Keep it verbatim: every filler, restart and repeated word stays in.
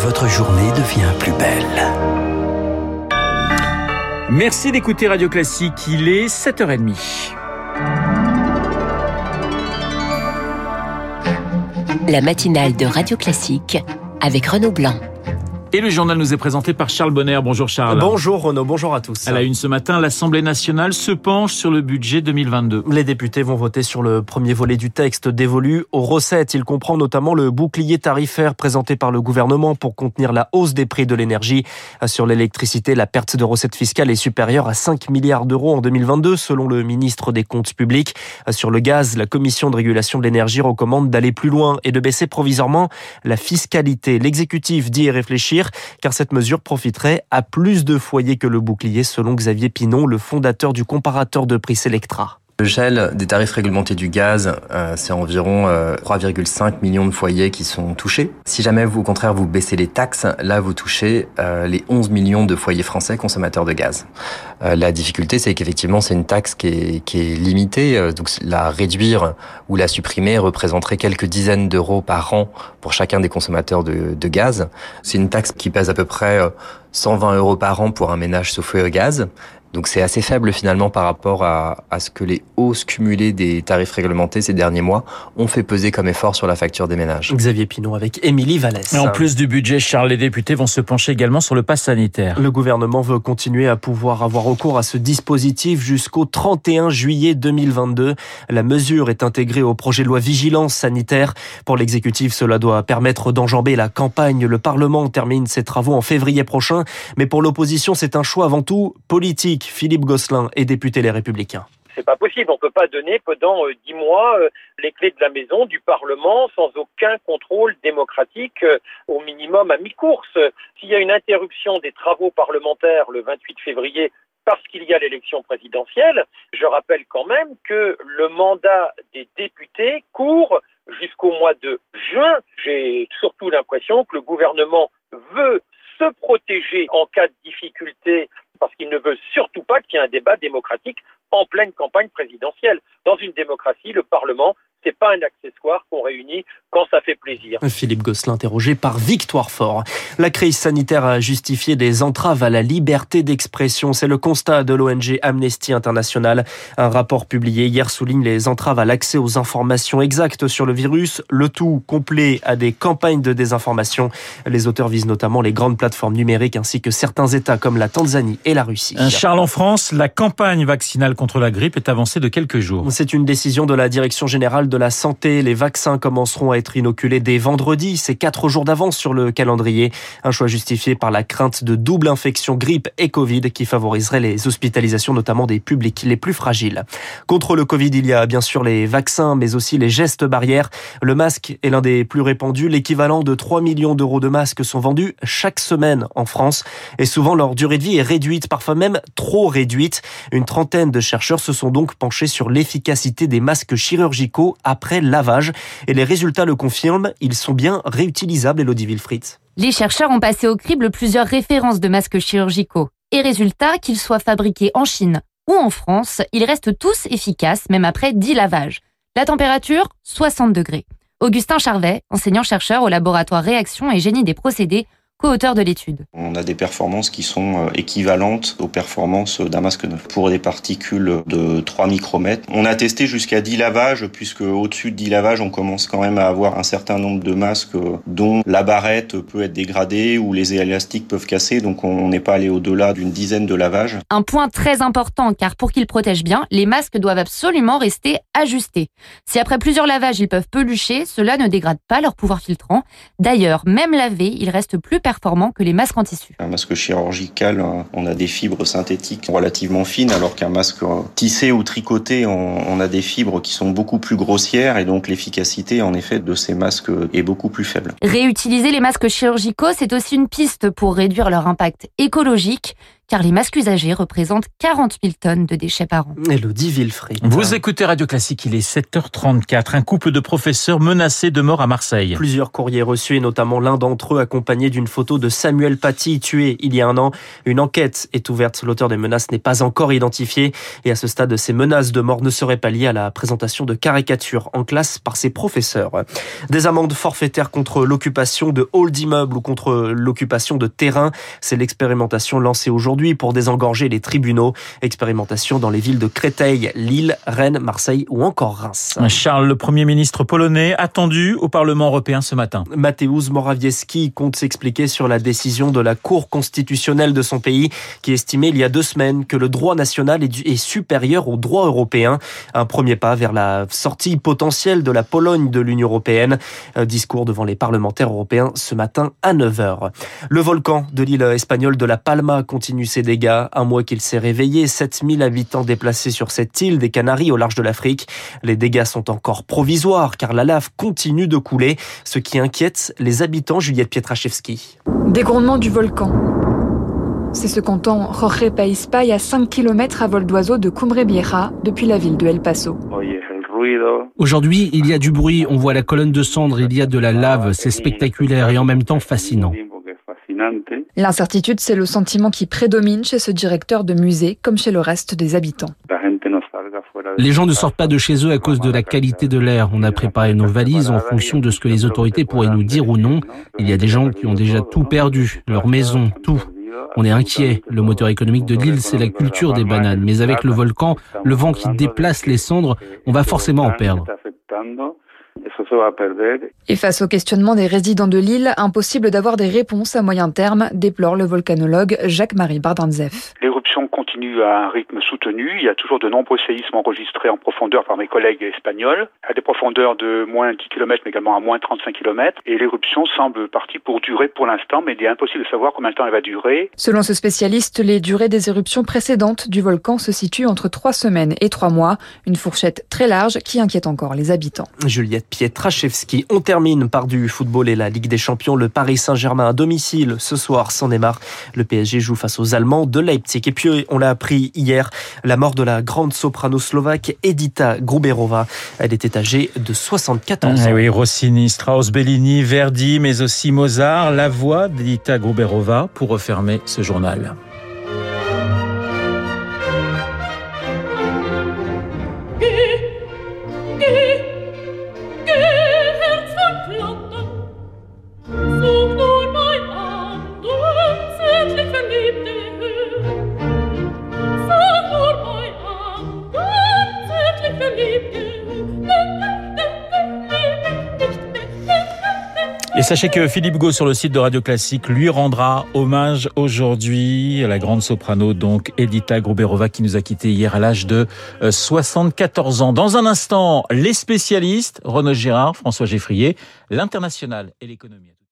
votre journée devient plus belle. Merci d'écouter Radio Classique, il est sept heures trente. La matinale de Radio Classique avec Renaud Blanc. Et le journal nous est présenté par Charles Bonner. Bonjour Charles. Bonjour Renaud, bonjour à tous. À la une ce matin, l'Assemblée nationale se penche sur le budget deux mille vingt-deux. Les députés vont voter sur le premier volet du texte dévolu aux recettes. Il comprend notamment le bouclier tarifaire présenté par le gouvernement pour contenir la hausse des prix de l'énergie. Sur l'électricité, la perte de recettes fiscales est supérieure à cinq milliards d'euros en deux mille vingt-deux, selon le ministre des Comptes publics. Sur le gaz, la Commission de régulation de l'énergie recommande d'aller plus loin et de baisser provisoirement la fiscalité. L'exécutif dit y réfléchir, car cette mesure profiterait à plus de foyers que le bouclier, selon Xavier Pinon, le fondateur du comparateur de prix Selectra. Le gel des tarifs réglementés du gaz, euh, c'est environ euh, trois virgule cinq millions de foyers qui sont touchés. Si jamais, vous, au contraire, vous baissez les taxes, là, vous touchez euh, les onze millions de foyers français consommateurs de gaz. Euh, la difficulté, c'est qu'effectivement, c'est une taxe qui est, qui est limitée. Euh, donc, la réduire ou la supprimer représenterait quelques dizaines d'euros par an pour chacun des consommateurs de, de gaz. C'est une taxe qui pèse à peu près euh, cent vingt euros par an pour un ménage chauffé au gaz. Donc c'est assez faible finalement par rapport à, à ce que les hausses cumulées des tarifs réglementés ces derniers mois ont fait peser comme effort sur la facture des ménages. Xavier Pinon avec Émilie Vallès. Et en plus du budget, Charles, les députés vont se pencher également sur le pass sanitaire. Le gouvernement veut continuer à pouvoir avoir recours à ce dispositif jusqu'au trente et un juillet deux mille vingt-deux. La mesure est intégrée au projet de loi vigilance sanitaire. Pour l'exécutif, cela doit permettre d'enjamber la campagne. Le Parlement termine ses travaux en février prochain. Mais pour l'opposition, c'est un choix avant tout politique. Philippe Gosselin est député Les Républicains. C'est pas possible, on peut pas donner pendant dix mois euh, les clés de la maison, du Parlement, sans aucun contrôle démocratique, euh, au minimum à mi-course. S'il y a une interruption des travaux parlementaires le vingt-huit février parce qu'il y a l'élection présidentielle, je rappelle quand même que le mandat des députés court jusqu'au mois de juin. J'ai surtout l'impression que le gouvernement veut se protéger en cas de difficulté parce qu'il ne veut surtout pas qu'il y ait un débat démocratique en pleine campagne présidentielle. Dans une démocratie, le Parlement, c'est pas un accessoire qu'on réunit quand ça fait plaisir. Philippe Gosselin interrogé par Victoire Fort. La crise sanitaire a justifié des entraves à la liberté d'expression. C'est le constat de l'O N G Amnesty International. Un rapport publié hier souligne les entraves à l'accès aux informations exactes sur le virus, le tout complet à des campagnes de désinformation. Les auteurs visent notamment les grandes plateformes numériques ainsi que certains États comme la Tanzanie et la Russie. Charles, en France, la campagne vaccinale contre la grippe est avancée de quelques jours. C'est une décision de la Direction générale de la santé. Les vaccins commenceront à être inoculés dès vendredi. C'est quatre jours d'avance sur le calendrier. Un choix justifié par la crainte de double infection grippe et Covid qui favoriserait les hospitalisations, notamment des publics les plus fragiles. Contre le Covid, il y a bien sûr les vaccins, mais aussi les gestes barrières. Le masque est l'un des plus répandus. L'équivalent de trois millions d'euros de masques sont vendus chaque semaine en France. Et souvent, leur durée de vie est réduite, parfois même trop réduite. Une trentaine de chercheurs se sont donc penchés sur l'efficacité des masques chirurgicaux après lavage. Et les résultats le confirment, ils sont bien réutilisables, Élodie Wilfried. Les chercheurs ont passé au crible plusieurs références de masques chirurgicaux. Et résultat, qu'ils soient fabriqués en Chine ou en France, ils restent tous efficaces, même après dix lavages. La température, soixante degrés. Augustin Charvet, enseignant-chercheur au laboratoire Réaction et Génie des procédés, co-auteur de l'étude. On a des performances qui sont équivalentes aux performances d'un masque neuf. Pour des particules de trois micromètres, on a testé jusqu'à dix lavages, puisque au-dessus de dix lavages, on commence quand même à avoir un certain nombre de masques dont la barrette peut être dégradée ou les élastiques peuvent casser, donc on n'est pas allé au-delà d'une dizaine de lavages. Un point très important, car pour qu'ils protègent bien, les masques doivent absolument rester ajustés. Si après plusieurs lavages, ils peuvent pelucher, cela ne dégrade pas leur pouvoir filtrant. D'ailleurs, même lavés, ils restent plus performants que les masques en tissu. Un masque chirurgical, on a des fibres synthétiques relativement fines, alors qu'un masque tissé ou tricoté, on a des fibres qui sont beaucoup plus grossières et donc l'efficacité en effet de ces masques est beaucoup plus faible. Réutiliser les masques chirurgicaux, c'est aussi une piste pour réduire leur impact écologique, car les masques usagés représentent quarante mille tonnes de déchets par an. Élodie Villefried. Vous écoutez Radio Classique, il est sept heures trente-quatre. Un couple de professeurs menacés de mort à Marseille. Plusieurs courriers reçus et notamment l'un d'entre eux accompagné d'une photo de Samuel Paty tué il y a un an. Une enquête est ouverte. L'auteur des menaces n'est pas encore identifié et à ce stade, ces menaces de mort ne seraient pas liées à la présentation de caricatures en classe par ses professeurs. Des amendes forfaitaires contre l'occupation de halls d'immeubles ou contre l'occupation de terrains. C'est l'expérimentation lancée aujourd'hui pour désengorger les tribunaux. Expérimentation dans les villes de Créteil, Lille, Rennes, Marseille ou encore Reims. Charles, le Premier ministre polonais, attendu au Parlement européen ce matin. Mateusz Morawiecki compte s'expliquer sur la décision de la Cour constitutionnelle de son pays qui estimait il y a deux semaines que le droit national est supérieur au droit européen. Un premier pas vers la sortie potentielle de la Pologne de l'Union européenne. Un discours devant les parlementaires européens ce matin à neuf heures. Le volcan de l'île espagnole de La Palma continue ses dégâts. Un mois qu'il s'est réveillé, sept mille habitants déplacés sur cette île des Canaries au large de l'Afrique. Les dégâts sont encore provisoires car la lave continue de couler, ce qui inquiète les habitants. Juliette Pietraszewski. Dégrondement du volcan. C'est ce qu'entend Jorge Paispay à cinq kilomètres à vol d'oiseau de Cumbre Vieja, depuis la ville de El Paso. Aujourd'hui, il y a du bruit, on voit la colonne de cendres, il y a de la lave, c'est spectaculaire et en même temps fascinant. L'incertitude, c'est le sentiment qui prédomine chez ce directeur de musée, comme chez le reste des habitants. Les gens ne sortent pas de chez eux à cause de la qualité de l'air. On a préparé nos valises en fonction de ce que les autorités pourraient nous dire ou non. Il y a des gens qui ont déjà tout perdu, leur maison, tout. On est inquiet. Le moteur économique de l'île, c'est la culture des bananes. Mais avec le volcan, le vent qui déplace les cendres, on va forcément en perdre. Et face au questionnement des résidents de l'île, impossible d'avoir des réponses à moyen terme, déplore le volcanologue Jacques-Marie Bardanzef. L'éruption continue à un rythme soutenu. Il y a toujours de nombreux séismes enregistrés en profondeur par mes collègues espagnols, à des profondeurs de moins dix kilomètres, mais également à moins trente-cinq kilomètres. Et l'éruption semble partie pour durer pour l'instant, mais il est impossible de savoir combien de temps elle va durer. Selon ce spécialiste, les durées des éruptions précédentes du volcan se situent entre trois semaines et trois mois. Une fourchette très large qui inquiète encore les habitants. Juliette Pietraszewski. On termine par du football et la Ligue des Champions. Le Paris Saint-Germain à domicile ce soir sans Neymar. Le P S G joue face aux Allemands de Leipzig. Et puis on l'a appris hier, la mort de la grande soprano slovaque Edita Gruberova. Elle était âgée de soixante-quatorze ans. Ah oui, Rossini, Strauss, Bellini, Verdi, mais aussi Mozart. La voix d'Edita Gruberova pour refermer ce journal. Et sachez que Philippe Gau sur le site de Radio Classique lui rendra hommage aujourd'hui à la grande soprano donc Edita Gruberova qui nous a quittés hier à l'âge de soixante-quatorze ans. Dans un instant, les spécialistes, Renaud Girard, François Geffrier, l'international et l'économie.